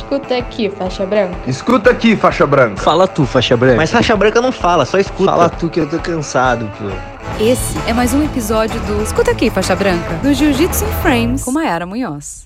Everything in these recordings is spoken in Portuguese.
Escuta aqui, faixa branca. Escuta aqui, faixa branca. Fala tu, faixa branca. Mas faixa branca não fala, só escuta. Fala tu que eu tô cansado, pô. Esse é mais um episódio do Escuta Aqui, Faixa Branca, do Jiu-Jitsu in Frames, com Mayara Munhoz.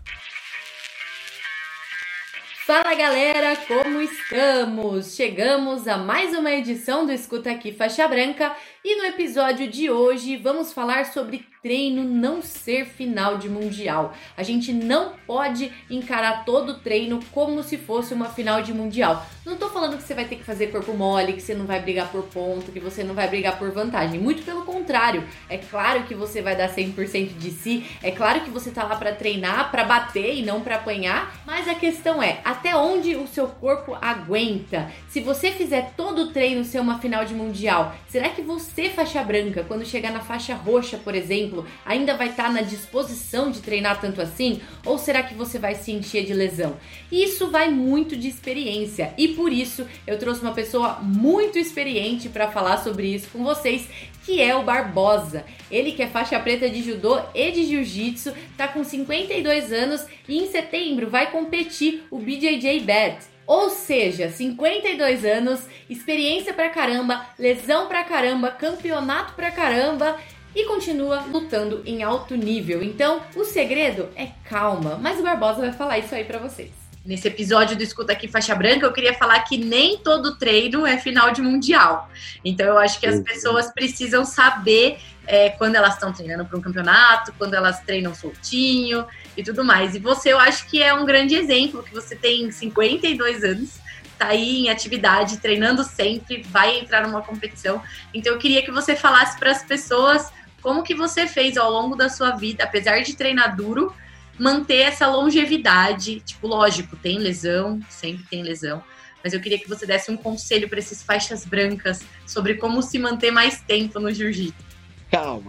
Fala galera, como estamos? Chegamos a mais uma edição do Escuta Aqui Faixa Branca e no episódio de hoje vamos falar sobre treino não ser final de mundial. A gente não pode encarar todo o treino como se fosse uma final de mundial. Não tô falando que você vai ter que fazer corpo mole, que você não vai brigar por ponto, que você não vai brigar por vantagem. Muito pelo contrário. É claro que você vai dar 100% de si, é claro que você tá lá pra treinar, pra bater e não pra apanhar, mas a questão é, até onde o seu corpo aguenta? Se você fizer todo o treino ser uma final de mundial, será que você, faixa branca, quando chegar na faixa roxa, por exemplo, ainda vai estar na disposição de treinar tanto assim? Ou será que você vai se encher de lesão? Isso vai muito de experiência e por isso eu trouxe uma pessoa muito experiente para falar sobre isso com vocês, que é o Barbosa. Ele que é faixa preta de judô e de jiu-jitsu, tá com 52 anos e em setembro vai competir o BJJ BAD. Ou seja, 52 anos, experiência pra caramba, lesão pra caramba, campeonato pra caramba e continua lutando em alto nível. Então, o segredo é calma, mas o Barbosa vai falar isso aí pra vocês. Nesse episódio do Escuta Aqui Faixa Branca, eu queria falar que nem todo treino é final de mundial. Então, eu acho que as pessoas precisam saber quando elas estão treinando para um campeonato, quando elas treinam soltinho e tudo mais. E você, eu acho que é um grande exemplo, que você tem 52 anos, tá aí em atividade, treinando sempre, vai entrar numa competição. Então, eu queria que você falasse para as pessoas como que você fez ao longo da sua vida, apesar de treinar duro, manter essa longevidade. Tipo, lógico, tem lesão, sempre tem lesão, mas eu queria que você desse um conselho para esses faixas brancas sobre como se manter mais tempo no jiu-jitsu. Calma.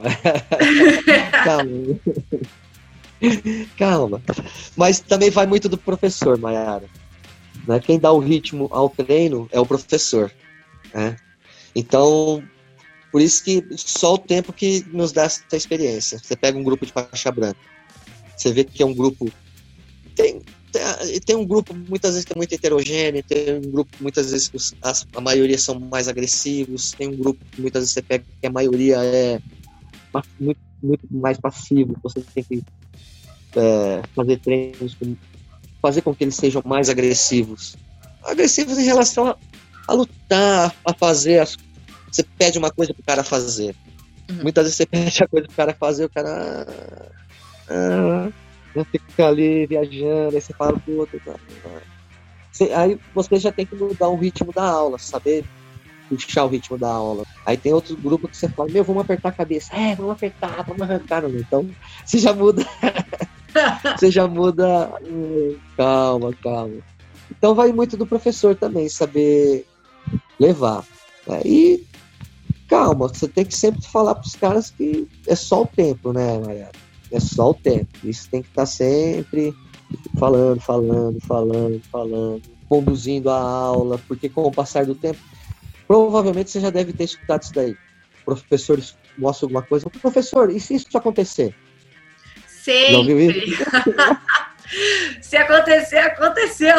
Calma. Mas também vai muito do professor, Mayara. Né? Quem dá o ritmo ao treino é o professor. Né? Então, por isso que só o tempo que nos dá essa experiência. Você pega um grupo de faixa branca, você vê que é um grupo... Tem um grupo, muitas vezes, que é muito heterogêneo, tem um grupo, muitas vezes, que a maioria são mais agressivos, tem um grupo que muitas vezes você pega que a maioria é muito, muito mais passivo, você tem que fazer treinos, fazer com que eles sejam mais agressivos. Agressivos em relação a lutar, a fazer, você pede uma coisa pro cara fazer. Muitas vezes você pede a coisa pro cara fazer, o cara... fica ali viajando, aí você fala pro outro. Aí você já tem que mudar o ritmo da aula, saber puxar o ritmo da aula. Aí tem outro grupo que você fala, vamos apertar a cabeça. Vamos apertar, vamos arrancar. Então, você já muda. Você já muda. Calma. Então vai muito do professor também, saber levar. E calma, você tem que sempre falar pros caras que é só o tempo, né, Mayara? É só o tempo. Isso tem que estar sempre falando, conduzindo a aula, porque com o passar do tempo, provavelmente você já deve ter escutado isso daí. Professores mostram alguma coisa. Professor, e se isso acontecer? Sempre. Já ouviu isso? Se acontecer, aconteceu.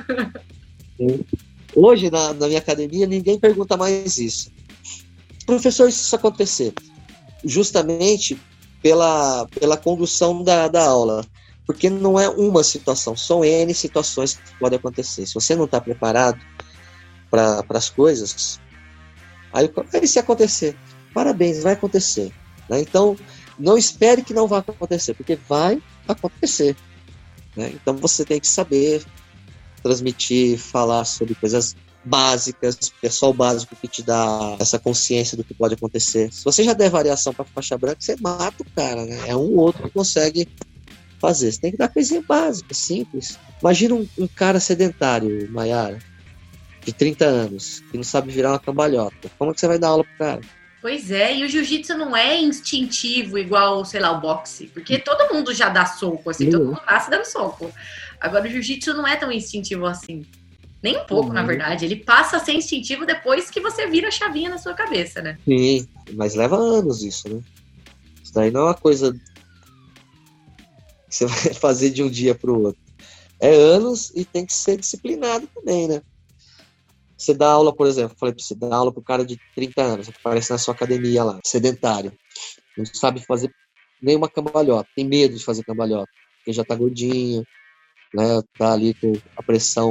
Hoje, na minha academia, ninguém pergunta mais isso. Professor, e se isso acontecer? Justamente pela condução da aula, porque não é uma situação, são N situações que podem acontecer. Se você não está preparado para as coisas, aí se acontecer, parabéns, vai acontecer, né? Então, não espere que não vai acontecer, porque vai acontecer, né? Então, você tem que saber transmitir, falar sobre coisas básicas, porque é só o básico que te dá essa consciência do que pode acontecer. Se você já der variação para faixa branca, você mata o cara, né? É um ou outro que consegue fazer. Você tem que dar coisinha básica, simples. Imagina um cara sedentário, Mayara, de 30 anos, que não sabe virar uma cambalhota. Como é que você vai dar aula pro cara? Pois é, e o jiu-jitsu não é instintivo igual, sei lá, o boxe, porque todo mundo já dá soco, assim, todo mundo nasce dando soco. Agora o jiu-jitsu não é tão instintivo assim. Nem um pouco, na verdade. Ele passa a ser instintivo depois que você vira a chavinha na sua cabeça, né? Sim, mas leva anos isso, né? Isso daí não é uma coisa que você vai fazer de um dia pro outro. É anos e tem que ser disciplinado também, né? Você dá aula, por exemplo, falei pra você, dá aula pro cara de 30 anos, que aparece na sua academia lá, sedentário, não sabe fazer nenhuma cambalhota, tem medo de fazer cambalhota, porque já tá gordinho, né? Tá ali com a pressão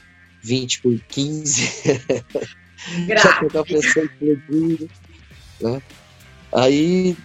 20/15, já tem a pressão explodindo, né? Aí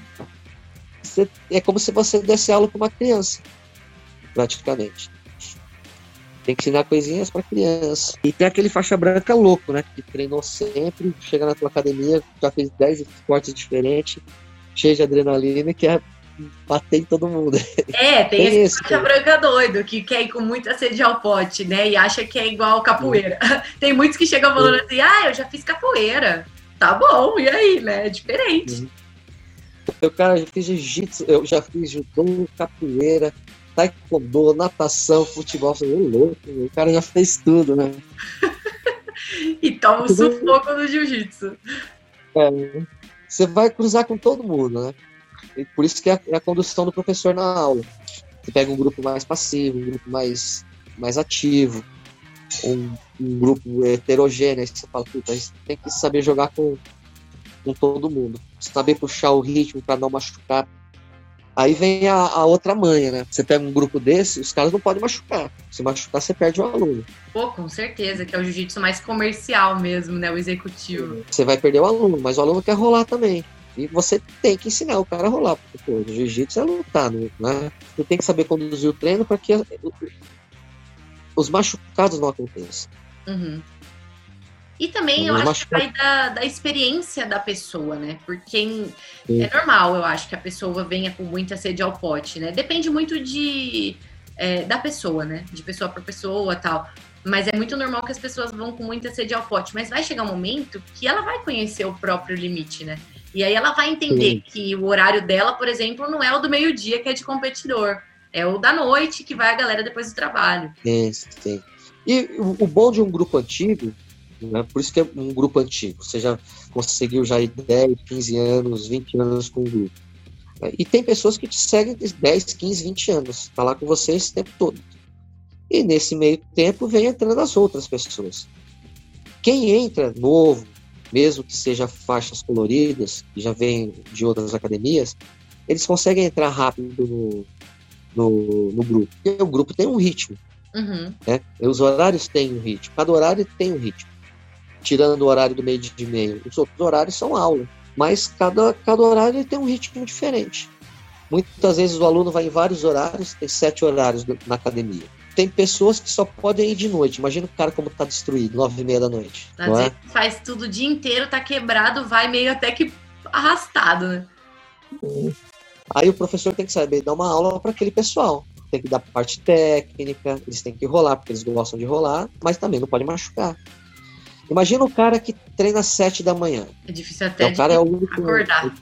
é como se você desse aula para uma criança, praticamente. Tem que ensinar coisinhas para criança. E tem aquele faixa branca louco, né? Que treinou sempre, chega na tua academia, já fez 10 esportes diferentes, cheio de adrenalina e quer bater em todo mundo. Tem esse faixa branca doido, que quer ir com muita sede ao pote, né? E acha que é igual capoeira. Tem muitos que chegam falando assim, eu já fiz capoeira. Tá bom, e aí, né? É diferente. Eu, cara, já fiz jiu-jitsu, eu já fiz judô, capoeira, taekwondo, natação, futebol. Você é louco, o cara já fez tudo, né? E toma um sufoco no jiu-jitsu. Você vai cruzar com todo mundo, né? E por isso que é a condução do professor na aula. Você pega um grupo mais passivo, um grupo mais ativo, um grupo heterogêneo, aí você fala, puta, você tem que saber jogar com todo mundo, saber puxar o ritmo para não machucar. Aí vem a outra manha, né? Você pega um grupo desse, os caras não podem machucar. Se machucar, você perde o aluno. Pô, com certeza, que é o jiu-jitsu mais comercial mesmo, né? O executivo. Você vai perder o aluno, mas o aluno quer rolar também. E você tem que ensinar o cara a rolar, porque pô, o jiu-jitsu é lutar, né? Você tem que saber conduzir o treino para que os machucados não aconteçam. Uhum. E também eu acho que vai da experiência da pessoa, né? Porque é normal, eu acho, que a pessoa venha com muita sede ao pote, né? Depende muito da pessoa, né? De pessoa para pessoa e tal. Mas é muito normal que as pessoas vão com muita sede ao pote. Mas vai chegar um momento que ela vai conhecer o próprio limite, né? E aí ela vai entender que o horário dela, por exemplo, não é o do meio-dia, que é de competidor. É o da noite, que vai a galera depois do trabalho. Sim. E o bom de um grupo antigo, né, por isso que é um grupo antigo, você já conseguiu já ir 10, 15 anos, 20 anos com o grupo. E tem pessoas que te seguem 10, 15, 20 anos, tá lá com você esse tempo todo. E nesse meio tempo vem entrando as outras pessoas. Quem entra novo, mesmo que seja faixas coloridas, que já vem de outras academias, eles conseguem entrar rápido no grupo. Porque o grupo tem um ritmo. Uhum. Né? Os horários têm um ritmo. Cada horário tem um ritmo. Tirando o horário do meio de meio. Os outros horários são aula. Mas cada horário tem um ritmo diferente. Muitas vezes o aluno vai em vários horários, tem 7 horários na academia. Tem pessoas que só podem ir de noite. Imagina o cara como tá destruído, 9h30 da noite. Às vezes faz tudo o dia inteiro, tá quebrado, vai meio até que arrastado, né? Aí o professor tem que saber dar uma aula para aquele pessoal. Tem que dar parte técnica, eles têm que rolar, porque eles gostam de rolar, mas também não pode machucar. Imagina o cara que treina às 7 da manhã. É difícil até o cara é o único, acordar.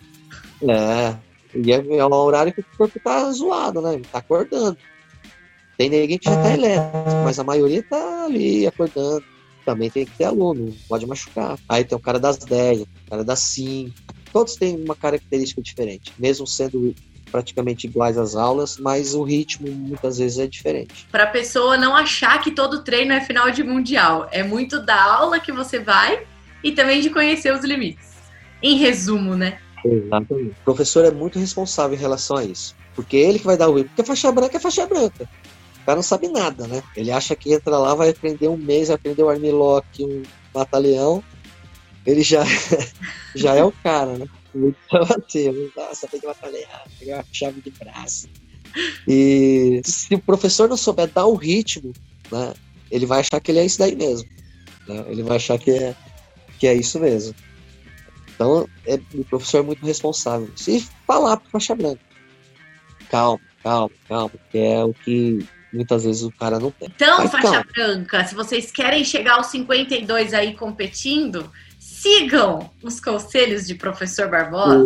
E é um horário que o corpo tá zoado, né? Ele tá acordando. Tem ninguém que já tá elétrico, mas a maioria tá ali acordando. Também tem que ter aluno, não pode machucar. Aí tem o cara das 10, o cara das 5. Todos têm uma característica diferente, mesmo sendo praticamente iguais às aulas, mas o ritmo muitas vezes é diferente. Para a pessoa não achar que todo treino é final de mundial. É muito da aula que você vai e também de conhecer os limites. Em resumo, né? Exatamente. O professor é muito responsável em relação a isso. Porque ele que vai dar o ritmo. Porque faixa branca é faixa branca. O cara não sabe nada, né? Ele acha que entra lá, vai aprender um mês, vai aprender o armlock, um batalhão. Ele já é o cara, né? Então, assim, nossa, tem que batalhar, pegar uma chave de braço. E se o professor não souber dar o ritmo, né, ele vai achar que ele é isso daí mesmo. Né? Ele vai achar que é isso mesmo. Então, o professor é muito responsável. Se falar para faixa branca, calma, que é o que muitas vezes o cara não tem. Então, mas, faixa branca, se vocês querem chegar aos 52 aí competindo, sigam os conselhos de professor Barbosa.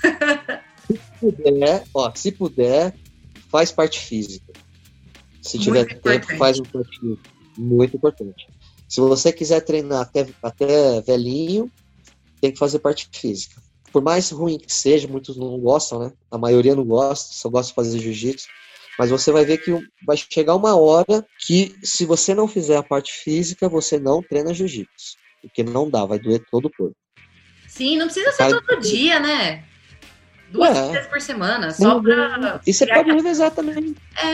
Se puder, faz parte física. Se tiver tempo, faz um parte física. Muito importante. Se você quiser treinar até velhinho, tem que fazer parte física. Por mais ruim que seja, muitos não gostam, né? A maioria não gosta, só gosta de fazer jiu-jitsu. Mas você vai ver que vai chegar uma hora que, se você não fizer a parte física, você não treina jiu-jitsu. Porque não dá, vai doer todo o corpo. Sim, não precisa ser todo dia, né? 2 vezes por semana, só pra... E você pode revezar também.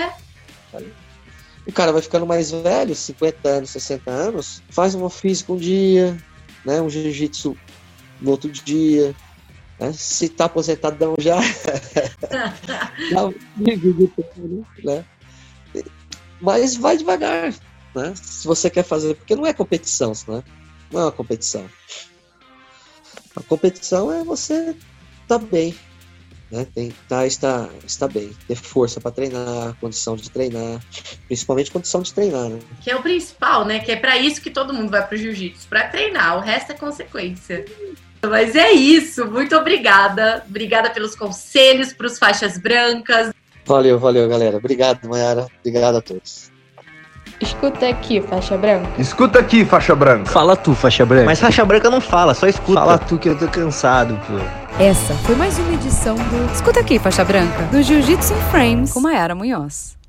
O cara vai ficando mais velho, 50 anos, 60 anos, faz uma física um dia, né? Um jiu-jitsu no outro dia. Né? Se tá aposentadão já, né? Mas vai devagar, né? Se você quer fazer, porque não é competição, né? Não é uma competição. A competição é você estar bem, né? Estar bem, ter força para treinar, condição de treinar, principalmente condição de treinar, né? Que é o principal, né? Que é para isso que todo mundo vai pro jiu-jitsu, para treinar, o resto é consequência. Mas é isso, muito obrigada. Obrigada pelos conselhos para os faixas brancas. Valeu, galera. Obrigado, Mayara. Obrigado a todos. Escuta aqui, faixa branca. Escuta aqui, faixa branca. Fala tu, faixa branca. Mas faixa branca não fala, só escuta. Fala tu que eu tô cansado, pô. Essa foi mais uma edição do Escuta Aqui, Faixa Branca, do Jiu-Jitsu in Frames com Mayara Munhoz.